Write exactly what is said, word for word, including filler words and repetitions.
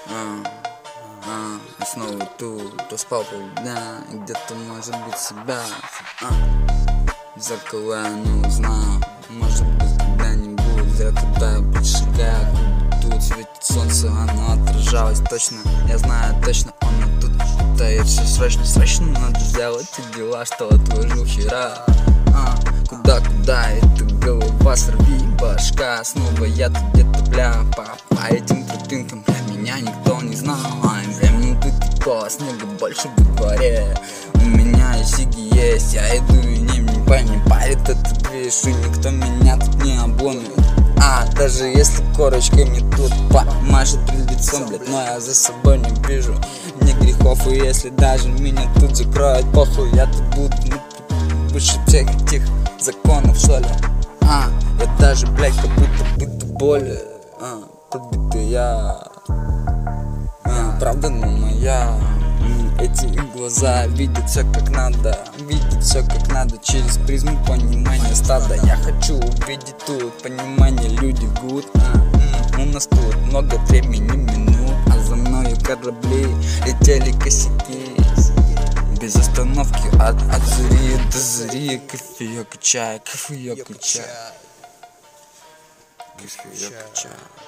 А, а, и снова тут, проспал полдня, и где-то может быть себя. А, зеркало я не узнаю, может быть когда-нибудь. Зря туда я пришагаю, тут светит солнце, оно отражалось точно. Я знаю точно, оно тут. Да и все срочно, срочно надо сделать те дела, что отложил вчера. А, куда, куда, это голова, сорви башка. Снова я тут где-то, бля, по, по этим тропинкам, бля, меня никто не знал. А времени тут тепло, снега больше в дворе. У меня и сиги есть, я иду и не, не, не парит этот движ, и никто меня тут не обломит. А, даже если корочкой мне тут помашет перед лицом, блядь, но я за собой не вижу ни грехов. И если даже меня тут закроют, похуй, я тут буду, ну, выше всех этих законов, что ли. А, я даже, блядь, как будто будто более а, пробитый я. А, правда, но моя. Эти глаза видят все как надо, видят все как надо через призму понимания стада. Я хочу увидеть тут понимание, люди гуд. а, У нас тут много времени минут, а за мною корабли летели косяки. Без остановки от, от зари до зари. Кофеек и чай, кофеек и чай, кофеек и чай.